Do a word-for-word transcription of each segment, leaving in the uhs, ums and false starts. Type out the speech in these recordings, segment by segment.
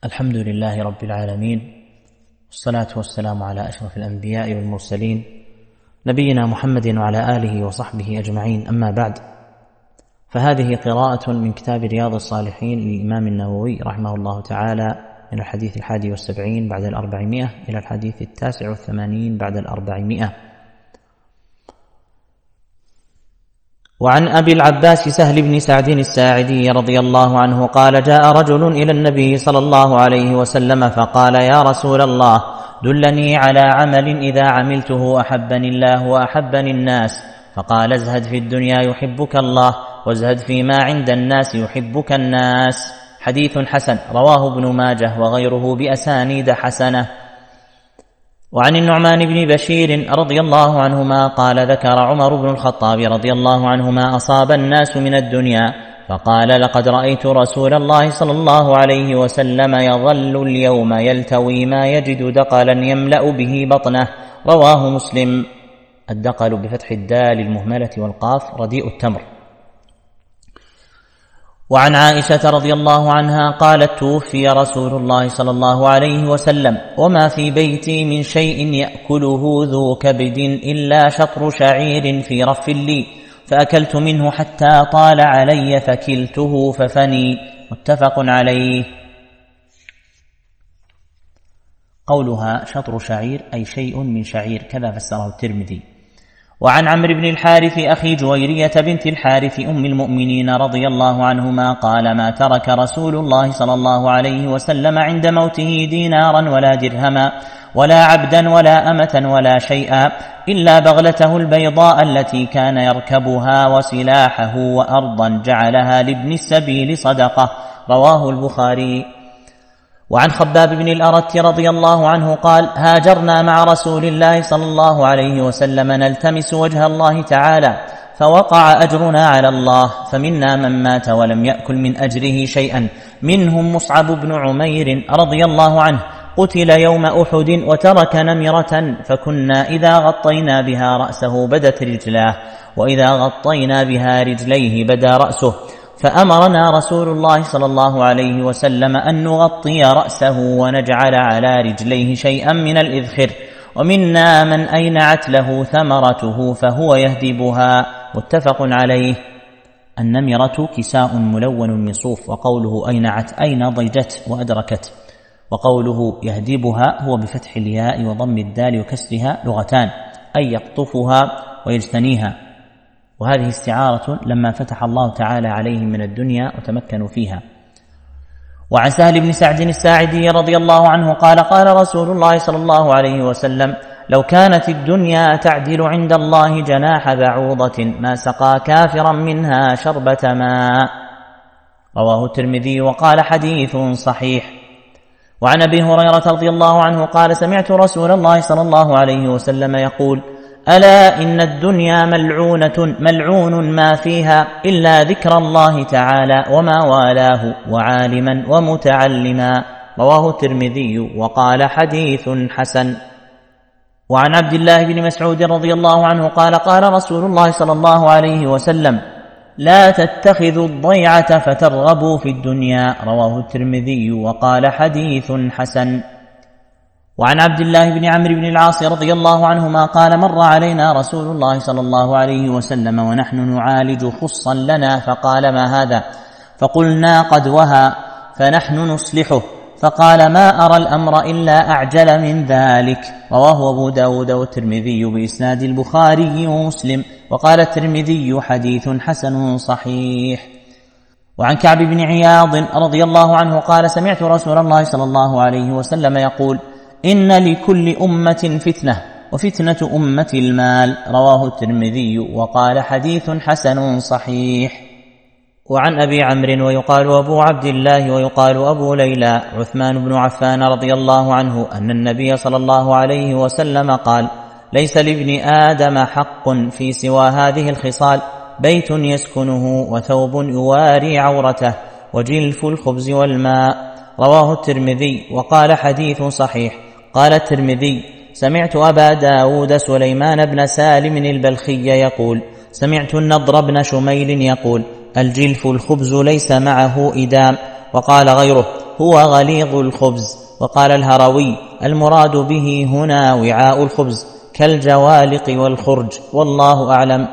الحمد لله رب العالمين، والصلاة والسلام على أشرف الأنبياء والمرسلين نبينا محمد وعلى آله وصحبه أجمعين. أما بعد، فهذه قراءة من كتاب رياض الصالحين للإمام النووي رحمه الله تعالى من الحديث الحادي والسبعين بعد الأربعمائة إلى الحديث التاسع والثمانين بعد الأربعمائة. وعن أبي العباس سهل بن سعد الساعدي رضي الله عنه قال: جاء رجل إلى النبي صلى الله عليه وسلم فقال: يا رسول الله، دلني على عمل إذا عملته أحبني الله وأحبني الناس. فقال: ازهد في الدنيا يحبك الله، وازهد فيما عند الناس يحبك الناس. حديث حسن، رواه ابن ماجه وغيره بأسانيد حسنة. وعن النعمان بن بشير رضي الله عنهما قال: ذكر عمر بن الخطاب رضي الله عنه ما أصاب الناس من الدنيا، فقال: لقد رأيت رسول الله صلى الله عليه وسلم يظل اليوم يلتوي ما يجد دقلا يملأ به بطنه. رواه مسلم. الدقل بفتح الدال المهملة والقاف رديء التمر. وعن عائشة رضي الله عنها قالت: توفي رسول الله صلى الله عليه وسلم وما في بيتي من شيء يأكله ذو كبد إلا شطر شعير في رف لي، فأكلت منه حتى طال علي فكلته ففني. متفق عليه. قولها شطر شعير أي شيء من شعير، كذا فسره الترمذي. وعن عمرو بن الحارث أخي جويرية بنت الحارث أم المؤمنين رضي الله عنهما قال: ما ترك رسول الله صلى الله عليه وسلم عند موته دينارا ولا درهما ولا عبدا ولا أمة ولا شيئا إلا بغلته البيضاء التي كان يركبها وسلاحه وأرضا جعلها لابن السبيل صدقة. رواه البخاري. وعن خباب بن الأرت رضي الله عنه قال: هاجرنا مع رسول الله صلى الله عليه وسلم نلتمس وجه الله تعالى، فوقع أجرنا على الله، فمنا من مات ولم يأكل من أجره شيئا، منهم مصعب بن عمير رضي الله عنه قتل يوم أحد وترك نمرة، فكنا إذا غطينا بها رأسه بدت رجلاه، وإذا غطينا بها رجليه بدا رأسه، فأمرنا رسول الله صلى الله عليه وسلم أن نغطي رأسه ونجعل على رجليه شيئا من الإذخر، ومنا من أينعت له ثمرته فهو يهدبها. متفق عليه. النمرة كساء ملون من صوف، وقوله أينعت أي نضجت وأدركت، وقوله يهدبها هو بفتح الياء وضم الدال وكسرها لغتان، أي يقطفها ويجتنيها، وهذه استعارة لما فتح الله تعالى عليهم من الدنيا وتمكنوا فيها. وعن سهل بن سعد الساعدي رضي الله عنه قال: قال رسول الله صلى الله عليه وسلم: لو كانت الدنيا تعدل عند الله جناح بعوضة ما سقى كافرا منها شربة ماء. رواه الترمذي وقال: حديث صحيح. وعن أبي هريرة رضي الله عنه قال: سمعت رسول الله صلى الله عليه وسلم يقول: ألا إن الدنيا ملعونة ملعون ما فيها إلا ذكر الله تعالى وما والاه وعالما ومتعلما. رواه الترمذي وقال: حديث حسن. وعن عبد الله بن مسعود رضي الله عنه قال: قال رسول الله صلى الله عليه وسلم: لا تتخذوا الضيعة فترغبوا في الدنيا. رواه الترمذي وقال: حديث حسن. وعن عبد الله بن عمرو بن العاص رضي الله عنهما قال: مر علينا رسول الله صلى الله عليه وسلم ونحن نعالج خصا لنا، فقال: ما هذا؟ فقلنا: قد وهى، فنحن نصلحه. فقال: ما أرى الأمر إلا أعجل من ذلك. رواه أبو داود والترمذي بإسناد البخاري ومسلم. وقال الترمذي: حديث حسن صحيح. وعن كعب بن عياض رضي الله عنه قال: سمعت رسول الله صلى الله عليه وسلم يقول: إن لكل أمة فتنة، وفتنة أمة المال. رواه الترمذي وقال: حديث حسن صحيح. وعن أبي عمرو ويقال أبو عبد الله ويقال أبو ليلى عثمان بن عفان رضي الله عنه أن النبي صلى الله عليه وسلم قال: ليس لابن آدم حق في سوى هذه الخصال: بيت يسكنه، وثوب يواري عورته، وجلف الخبز والماء. رواه الترمذي وقال: حديث صحيح. قال الترمذي: سمعت أبا داود سليمان بن سالم البلخي يقول: سمعت النضر بن شميل يقول: الجلف الخبز ليس معه إدام. وقال غيره: هو غليظ الخبز. وقال الهروي: المراد به هنا وعاء الخبز كالجوالق والخرج، والله أعلم.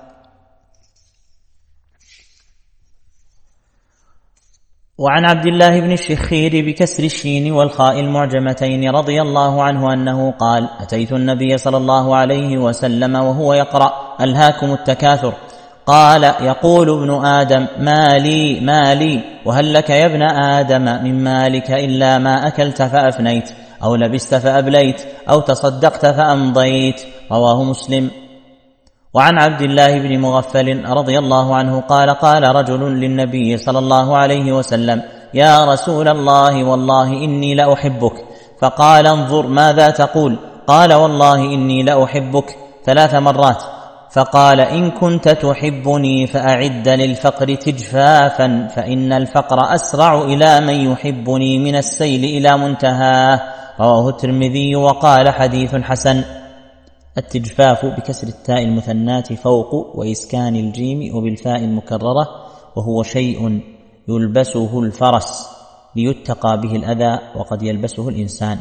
وعن عبد الله بن الشخير بكسر الشين والخاء المعجمتين رضي الله عنه أنه قال: أتيت النبي صلى الله عليه وسلم وهو يقرأ: ألهاكم التكاثر. قال: يقول ابن آدم: ما لي ما لي، وهل لك يا ابن آدم من مالك إلا ما أكلت فأفنيت، أو لبست فأبليت، أو تصدقت فأمضيت. رواه مسلم. وعن عبد الله بن مغفل رضي الله عنه قال: قال رجل للنبي صلى الله عليه وسلم: يا رسول الله، والله إني لأحبك. فقال: انظر ماذا تقول. قال: والله إني لأحبك ثلاث مرات. فقال: إن كنت تحبني فأعد للفقر تجفافا، فإن الفقر أسرع إلى من يحبني من السيل إلى منتهاه. رواه الترمذي وقال: حديث حسن. التجفاف بكسر التاء المثنات فوق وإسكان الجيم وبالفاء المكررة، وهو شيء يلبسه الفرس ليتقى به الأذى، وقد يلبسه الإنسان.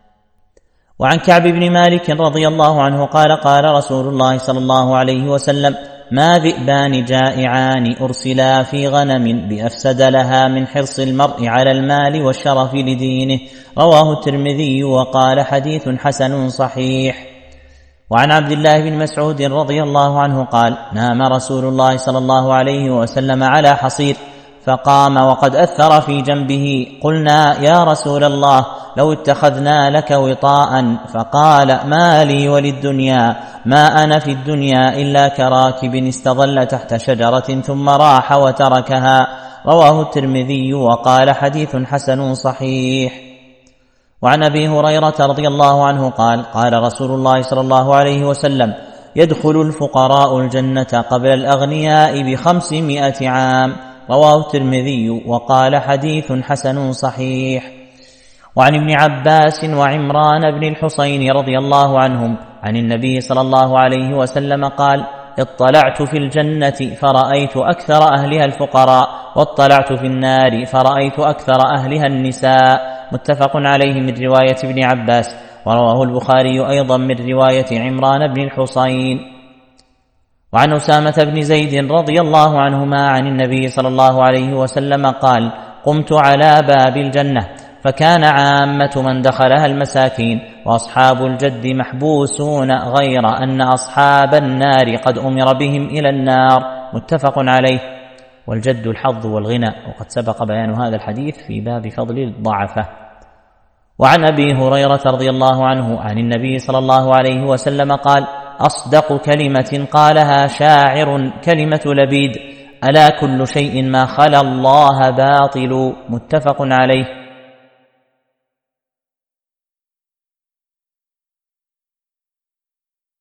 وعن كعب بن مالك رضي الله عنه قال: قال رسول الله صلى الله عليه وسلم: ما ذئبان جائعان أرسلا في غنم بأفسد لها من حرص المرء على المال والشرف لدينه. رواه الترمذي وقال: حديث حسن صحيح. وعن عبد الله بن مسعود رضي الله عنه قال: نام رسول الله صلى الله عليه وسلم على حصير فقام وقد أثر في جنبه. قلنا: يا رسول الله، لو اتخذنا لك وطاء. فقال: ما لي وللدنيا، ما أنا في الدنيا إلا كراكب استظل تحت شجرة ثم راح وتركها. رواه الترمذي وقال: حديث حسن صحيح. وعن أبي هريرة رضي الله عنه قال: قال رسول الله صلى الله عليه وسلم: يدخل الفقراء الجنة قبل الأغنياء بخمسمائة عام. رواه الترمذي وقال: حديث حسن صحيح. وعن ابن عباس وعمران بن الحصين رضي الله عنهم عن النبي صلى الله عليه وسلم قال: اطلعت في الجنة فرأيت أكثر أهلها الفقراء، واطلعت في النار فرأيت أكثر أهلها النساء. متفق عليه من رواية ابن عباس، ورواه البخاري أيضا من رواية عمران بن الحصين. وعن أسامة بن زيد رضي الله عنهما عن النبي صلى الله عليه وسلم قال: قمت على باب الجنة فكان عامة من دخلها المساكين، وأصحاب الجد محبوسون، غير أن أصحاب النار قد أمر بهم إلى النار. متفق عليه. والجد الحظ والغنى، وقد سبق بيان هذا الحديث في باب فضل الضعفة. وعن أبي هريرة رضي الله عنه عن النبي صلى الله عليه وسلم قال: أصدق كلمة قالها شاعر كلمة لبيد: ألا كل شيء ما خلا الله باطل. متفق عليه.